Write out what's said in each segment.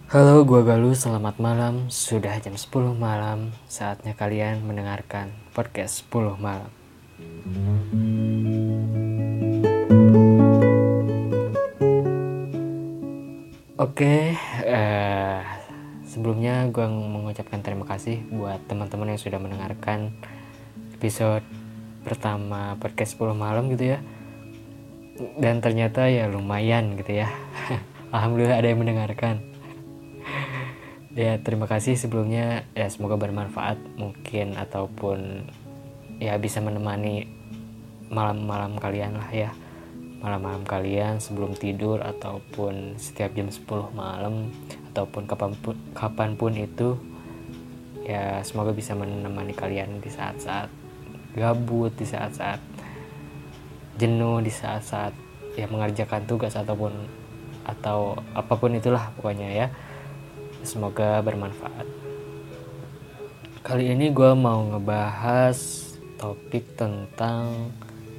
Halo, gua Galuh, selamat malam. Sudah jam 10 malam, saatnya kalian mendengarkan podcast 10 malam. Oke, sebelumnya gua mengucapkan terima kasih buat teman-teman yang sudah mendengarkan episode pertama podcast 10 malam gitu ya. Dan ternyata ya lumayan gitu ya. Alhamdulillah ada yang mendengarkan. Ya, terima kasih sebelumnya, ya semoga bermanfaat mungkin ataupun ya bisa menemani malam-malam kalian lah ya. Malam-malam kalian sebelum tidur ataupun setiap jam 10 malam ataupun kapanpun itu, ya semoga bisa menemani kalian di saat-saat gabut, di saat-saat jenuh, di saat-saat ya mengerjakan tugas atau apapun itulah pokoknya ya. Semoga bermanfaat. Kali ini gue mau ngebahas topik tentang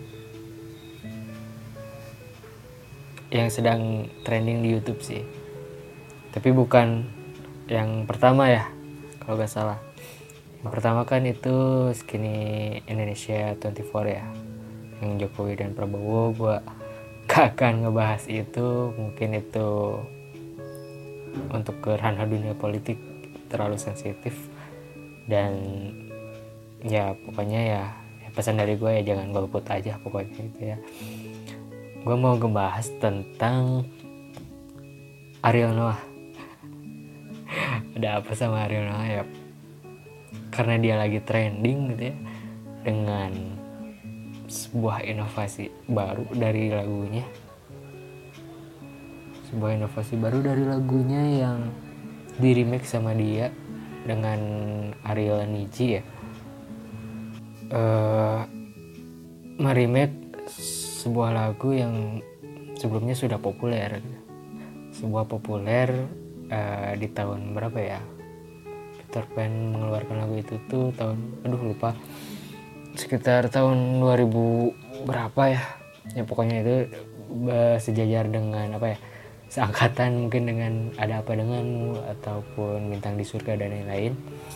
yang sedang trending di YouTube sih. Tapi bukan yang pertama ya, kalau gak salah. Yang pertama kan itu Skinny Indonesia 24 ya, yang Jokowi dan Prabowo. Gue gak akan ngebahas itu, mungkin itu untuk ke ranah dunia politik terlalu sensitif. Dan ya pokoknya ya pesan dari gue ya jangan golput aja pokoknya gitu ya. Gue mau ngebahas tentang Ariel Noah. Ada apa sama Ariel Noah ya? Karena dia lagi trending gitu ya, dengan sebuah inovasi baru dari lagunya. Sebuah inovasi baru dari lagunya yang di remake sama dia dengan Ariel Niji ya. Meremake sebuah lagu yang sebelumnya sudah populer. Sebuah populer di tahun berapa ya? Peter Pan mengeluarkan lagu itu tuh tahun lupa, sekitar tahun 2000 berapa ya? Ya pokoknya itu sejajar dengan apa ya? Seangkatan mungkin dengan Ada Apa Denganmu ataupun Bintang di Surga dan lain-lain.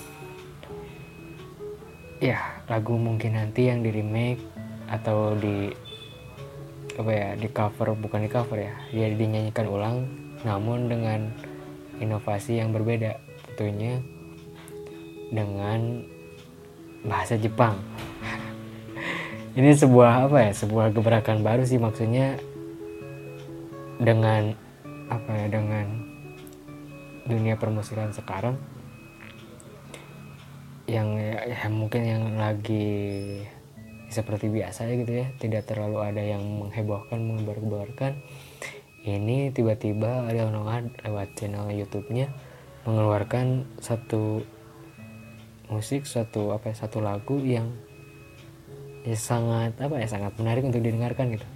Ya, lagu mungkin nanti yang di remake atau di cover, bukan di cover ya, dia dinyanyikan ulang namun dengan inovasi yang berbeda, tentunya dengan bahasa Jepang. Ini sebuah sebuah gebrakan baru sih, maksudnya dengan dengan dunia permusikan sekarang yang ya mungkin yang lagi seperti biasa ya gitu ya, tidak terlalu ada yang menghebohkan, mengebar-gebarkan. Ini tiba-tiba Ariel Noah lewat channel YouTube-nya mengeluarkan satu lagu yang ya sangat sangat menarik untuk didengarkan gitu.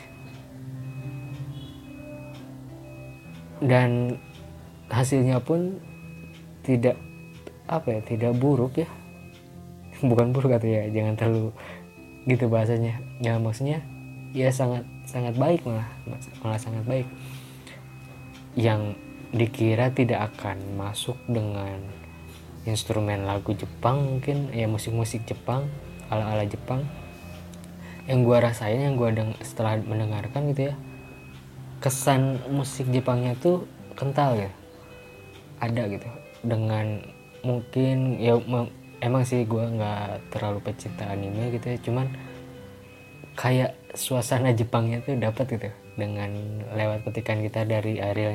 Dan hasilnya pun tidak buruk ya. Bukan buruk atau ya, jangan terlalu gitu bahasanya. Ya maksudnya ya sangat baik, malah sangat baik. Yang dikira tidak akan masuk dengan instrumen lagu Jepang, mungkin ya musik-musik Jepang, ala-ala Jepang. Yang gue rasain, yang gue setelah mendengarkan gitu ya, kesan musik Jepangnya tuh kental ya, ada gitu. Dengan mungkin ya emang sih gue nggak terlalu pecinta anime gitu ya, cuman kayak suasana Jepangnya tuh dapat gitu dengan lewat petikan gitar dari Ariel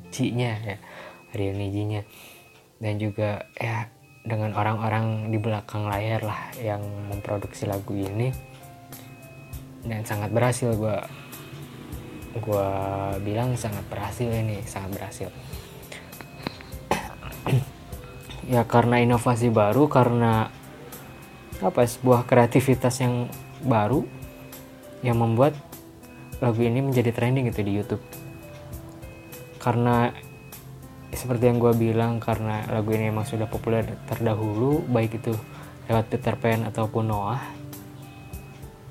Niji-nya dan juga ya dengan orang-orang di belakang layar lah yang memproduksi lagu ini. Dan sangat berhasil, gue bilang sangat berhasil. Ya karena inovasi baru, karena sebuah kreativitas yang baru yang membuat lagu ini menjadi trending gitu di YouTube. Karena seperti yang gue bilang, karena lagu ini emang sudah populer terdahulu, baik itu lewat Peter Pan ataupun Noah.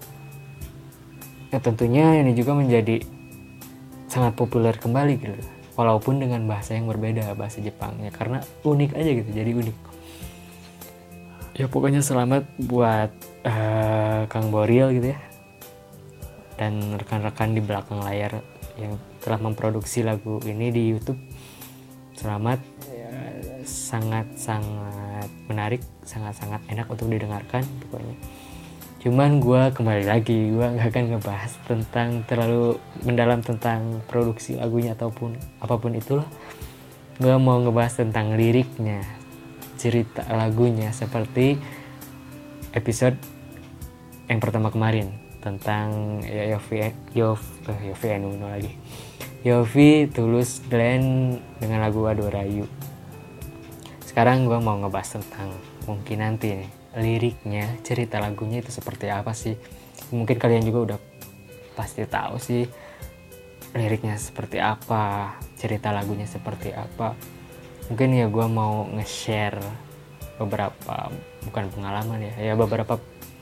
Ya tentunya ini juga menjadi sangat populer kembali gitu. walaupun dengan bahasa yang berbeda, bahasa Jepangnya, karena unik aja gitu, jadi unik. Ya pokoknya selamat buat Kang Boril gitu ya, dan rekan-rekan di belakang layar yang telah memproduksi lagu ini di YouTube. Selamat, ya, sangat-sangat menarik, sangat-sangat enak untuk didengarkan pokoknya. Cuman gue kembali lagi, gue gak akan ngebahas tentang terlalu mendalam tentang produksi lagunya ataupun apapun itulah. Gue mau ngebahas tentang liriknya, cerita lagunya, seperti episode yang pertama kemarin tentang ya, Yofi, Tulus, Glenn dengan lagu Adorayu. Sekarang gue mau ngebahas tentang mungkin nanti nih liriknya, cerita lagunya itu seperti apa sih. Mungkin kalian juga udah pasti tahu sih liriknya seperti apa, cerita lagunya seperti apa. Mungkin ya gue mau nge-share beberapa, bukan pengalaman ya beberapa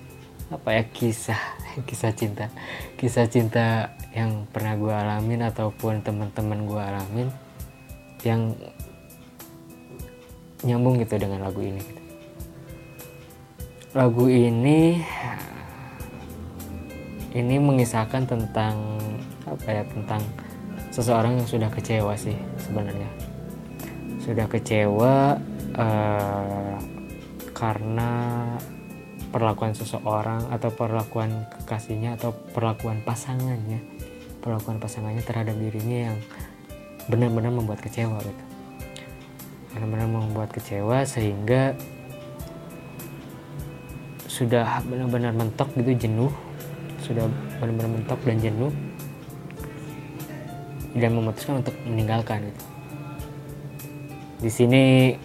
kisah cinta yang pernah gue alamin ataupun teman-teman gue alamin yang nyambung gitu dengan lagu ini gitu. Lagu ini mengisahkan tentang tentang seseorang yang sudah kecewa sih sebenarnya. Sudah kecewa karena perlakuan seseorang atau perlakuan kekasihnya atau perlakuan pasangannya terhadap dirinya yang benar-benar membuat kecewa gitu. Benar-benar membuat kecewa sehingga sudah benar-benar mentok gitu, sudah benar-benar mentok dan jenuh, dan memutuskan untuk meninggalkan gitu. Di sini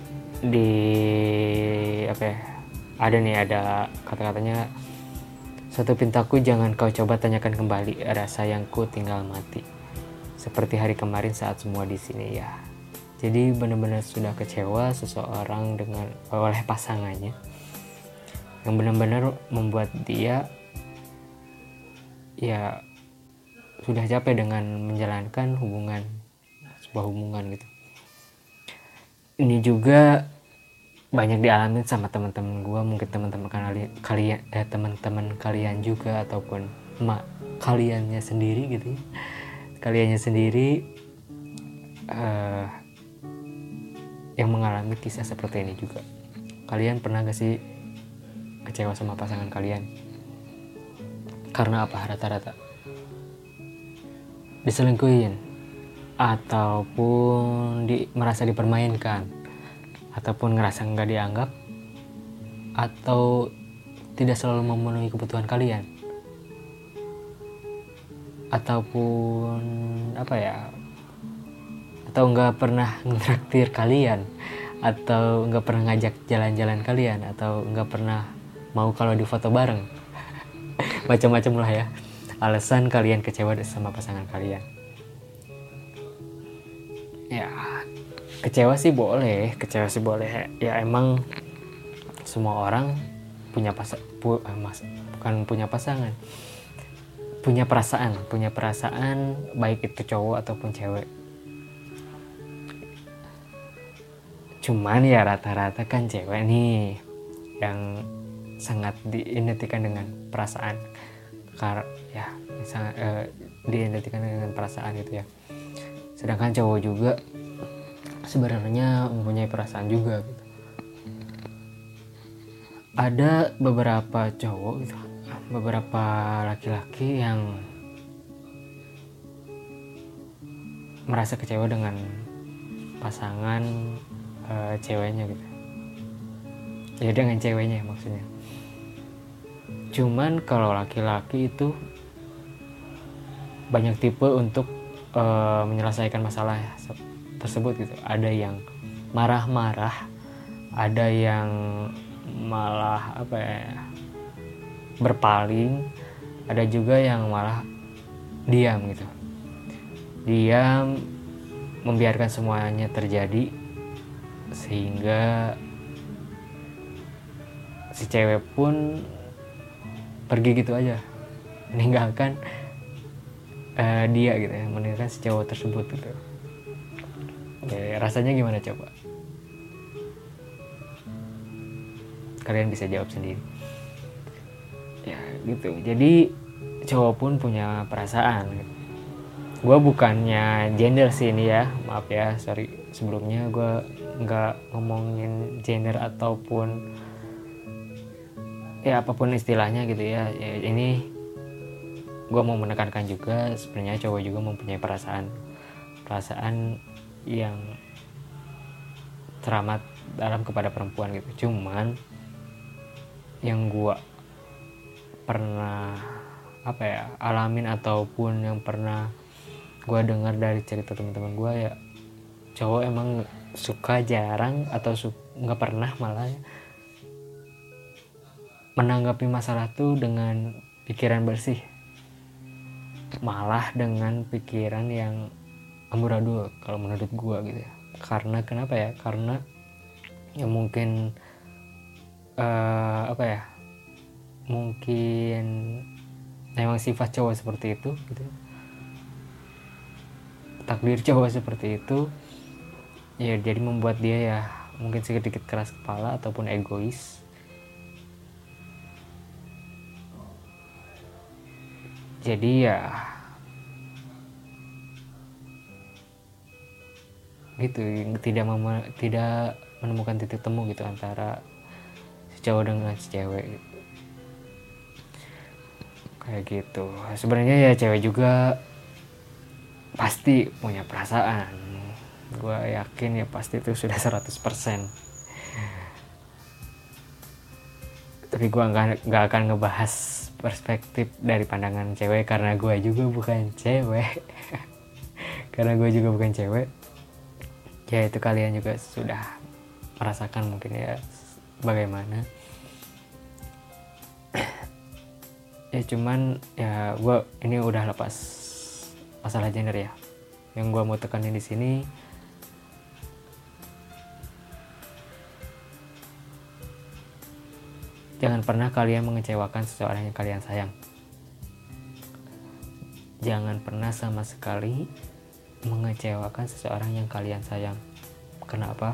ada kata-katanya, satu pintaku jangan kau coba tanyakan kembali, rasa sayangku tinggal mati seperti hari kemarin saat semua di sini ya. Jadi benar-benar sudah kecewa seseorang oleh pasangannya yang benar-benar membuat dia ya sudah capek dengan menjalankan sebuah hubungan gitu. Ini juga banyak dialami sama teman-teman gue, mungkin teman-teman kalian juga ataupun kaliannya sendiri gitu ya. Kaliannya sendiri yang mengalami kisah seperti ini juga. Kalian pernah gak sih kecewa sama pasangan kalian? Karena apa? Rata-rata diselingkuhin, ataupun merasa dipermainkan, ataupun ngerasa nggak dianggap, atau tidak selalu memenuhi kebutuhan kalian, ataupun atau nggak pernah ngetraktir kalian, atau nggak pernah ngajak jalan-jalan kalian, atau nggak pernah mau kalau difoto bareng. Macam-macam lah ya alasan kalian kecewa sama pasangan kalian. Ya kecewa sih boleh ya, emang semua orang punya punya perasaan, baik itu cowok ataupun cewek. Cuman ya rata-rata kan cewek nih yang sangat diidentikan dengan perasaan, diidentikan dengan perasaan gitu ya. Sedangkan cowok juga sebenarnya mempunyai perasaan juga gitu. Ada beberapa cowok gitu, beberapa laki-laki yang merasa kecewa dengan pasangan ceweknya gitu. Ya dengan ceweknya maksudnya. Cuman kalau laki-laki itu banyak tipe untuk menyelesaikan masalah tersebut gitu. Ada yang marah-marah, ada yang malah berpaling, ada juga yang malah diam gitu. Diam, membiarkan semuanya terjadi, sehingga si cewek pun pergi gitu aja, meninggalkan dia gitu ya, meninggalkan si cowok tersebut gitu. Rasanya gimana coba? Kalian bisa jawab sendiri. Ya gitu. Jadi cowok pun punya perasaan. Gue bukannya gender sih ini ya, maaf ya, sorry sebelumnya gue nggak ngomongin gender ataupun ya apapun istilahnya gitu ya. Ini gue mau menekankan juga sebenarnya cowok juga mempunyai perasaan yang teramat dalam kepada perempuan gitu. Cuman yang gue pernah alamin ataupun yang pernah gue dengar dari cerita teman-teman gue ya, cowok emang suka jarang atau nggak pernah malah ya, menanggapi masalah tuh dengan pikiran bersih, malah dengan pikiran yang amburadul kalau menurut gue gitu ya. Karena kenapa ya? Karena ya mungkin mungkin memang sifat cowok seperti itu gitu. Takdir cowok seperti itu ya, jadi membuat dia ya mungkin sedikit keras kepala ataupun egois. Jadi ya gitu, tidak menemukan titik temu gitu antara si cowok dengan si cewek gitu. Kayak gitu. Sebenarnya ya cewek juga pasti punya perasaan. Gue yakin ya pasti itu sudah 100%. Tapi gue gak akan ngebahas perspektif dari pandangan cewek karena gue juga bukan cewek. Karena gue juga bukan cewek. Ya itu kalian juga sudah merasakan mungkin ya bagaimana. Ya cuman ya gue ini udah lepas masalah gender ya. Yang gue mau tekanin di sini, jangan pernah kalian mengecewakan seseorang yang kalian sayang. Jangan pernah sama sekali mengecewakan seseorang yang kalian sayang. Kenapa?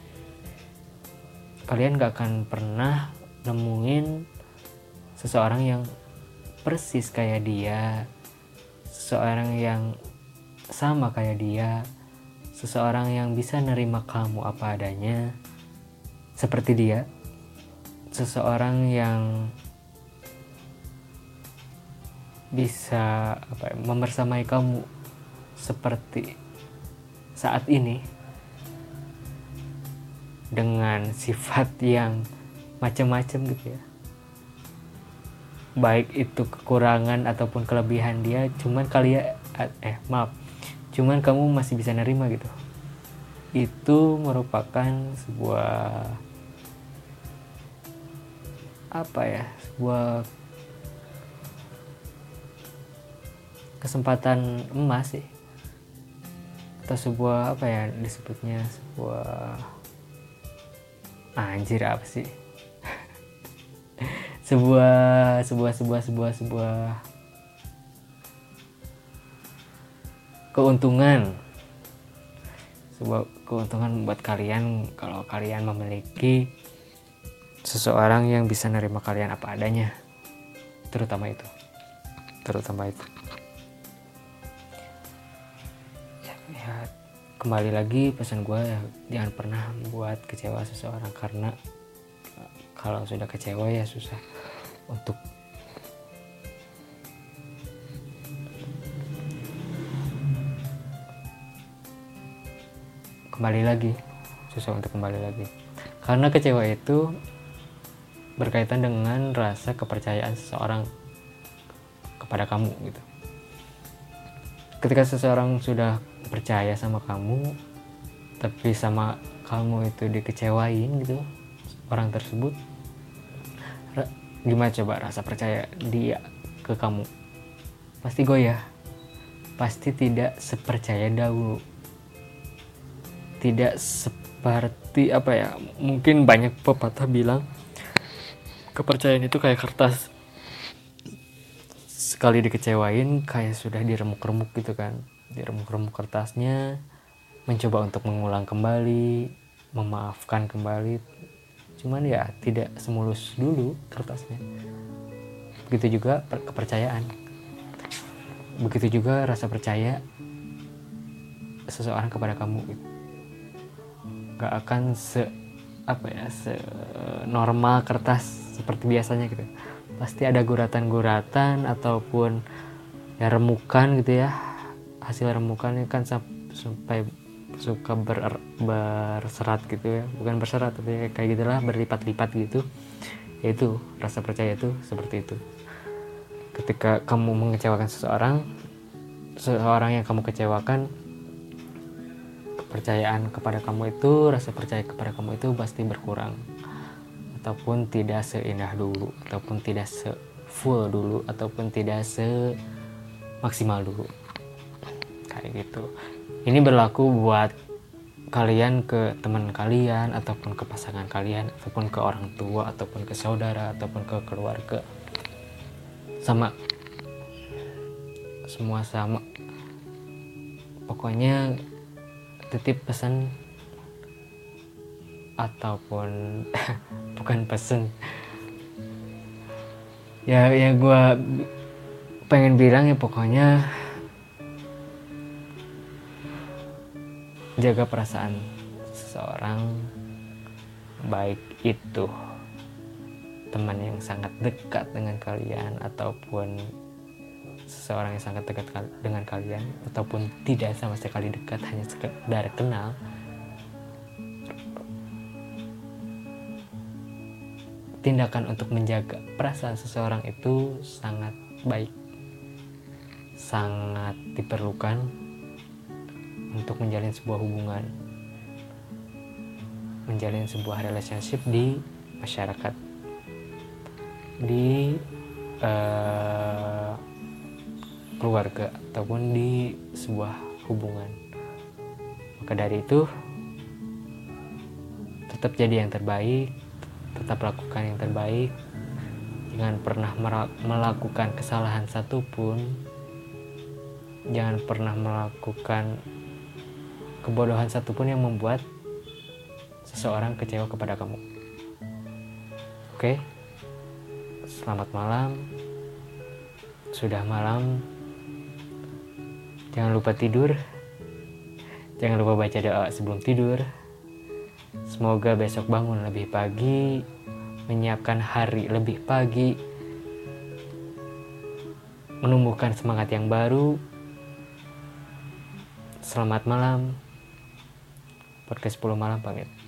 Kalian gak akan pernah nemuin seseorang yang persis kayak dia, seseorang yang sama kayak dia, seseorang yang bisa nerima kamu apa adanya seperti dia, seseorang yang bisa membersamai kamu seperti saat ini dengan sifat yang macam-macam gitu ya, baik itu kekurangan ataupun kelebihan dia, cuman kamu masih bisa nerima gitu. Itu merupakan sebuah sebuah kesempatan emas sih, atau sebuah disebutnya sebuah sebuah keuntungan buat kalian kalau kalian memiliki seseorang yang bisa nerima kalian apa adanya, terutama itu ya kembali lagi pesan gue ya, jangan pernah buat kecewa seseorang, karena kalau sudah kecewa ya susah untuk kembali lagi, karena kecewa itu berkaitan dengan rasa kepercayaan seseorang kepada kamu gitu. Ketika seseorang sudah percaya sama kamu tapi sama kamu itu dikecewain gitu orang tersebut, gimana coba rasa percaya dia ke kamu? Pasti goyah, pasti tidak sepercaya dahulu, tidak seperti mungkin banyak pepatah bilang kepercayaan itu kayak kertas, sekali dikecewain kayak sudah diremuk-remuk gitu kan, diremuk-remuk kertasnya, mencoba untuk mengulang kembali, memaafkan kembali. Cuman ya tidak semulus dulu kertasnya. Begitu juga kepercayaan. Begitu juga rasa percaya seseorang kepada kamu. Gak akan se normal kertas seperti biasanya gitu. Pasti ada guratan-guratan ataupun ya remukan gitu ya. Hasil remukannya kan sampai suka berserat gitu ya, bukan berserat tapi kayak gitulah, berlipat-lipat gitu. Yaitu rasa percaya itu seperti itu. Ketika kamu mengecewakan seseorang yang kamu kecewakan, kepercayaan kepada kamu itu, rasa percaya kepada kamu itu pasti berkurang, ataupun tidak seindah dulu, ataupun tidak se-full dulu, ataupun tidak se-maksimal dulu. Kayak gitu. Ini berlaku buat kalian ke teman kalian, ataupun ke pasangan kalian, ataupun ke orang tua, ataupun ke saudara, ataupun ke keluarga. Sama. Semua sama. Pokoknya titip pesan ataupun bukan pesan. Ya gue pengen bilang ya, pokoknya jaga perasaan seseorang, baik itu teman yang sangat dekat dengan kalian ataupun seseorang yang sangat dekat dengan kalian, ataupun tidak sama sekali dekat, hanya sekedar kenal. Tindakan untuk menjaga perasaan seseorang itu sangat baik, sangat diperlukan untuk menjalin sebuah hubungan, menjalin sebuah relationship di masyarakat, di keluarga, ataupun di sebuah hubungan. Maka dari itu, tetap jadi yang terbaik, tetap lakukan yang terbaik, jangan pernah melakukan kesalahan satupun, jangan pernah melakukan kebodohan satupun yang membuat seseorang kecewa kepada kamu. Oke? Selamat malam. Sudah malam. Jangan lupa tidur. Jangan lupa baca doa sebelum tidur. Semoga besok bangun lebih pagi, menyiapkan hari lebih pagi, menumbuhkan semangat yang baru. Selamat malam. Podcast 10 malam pamit.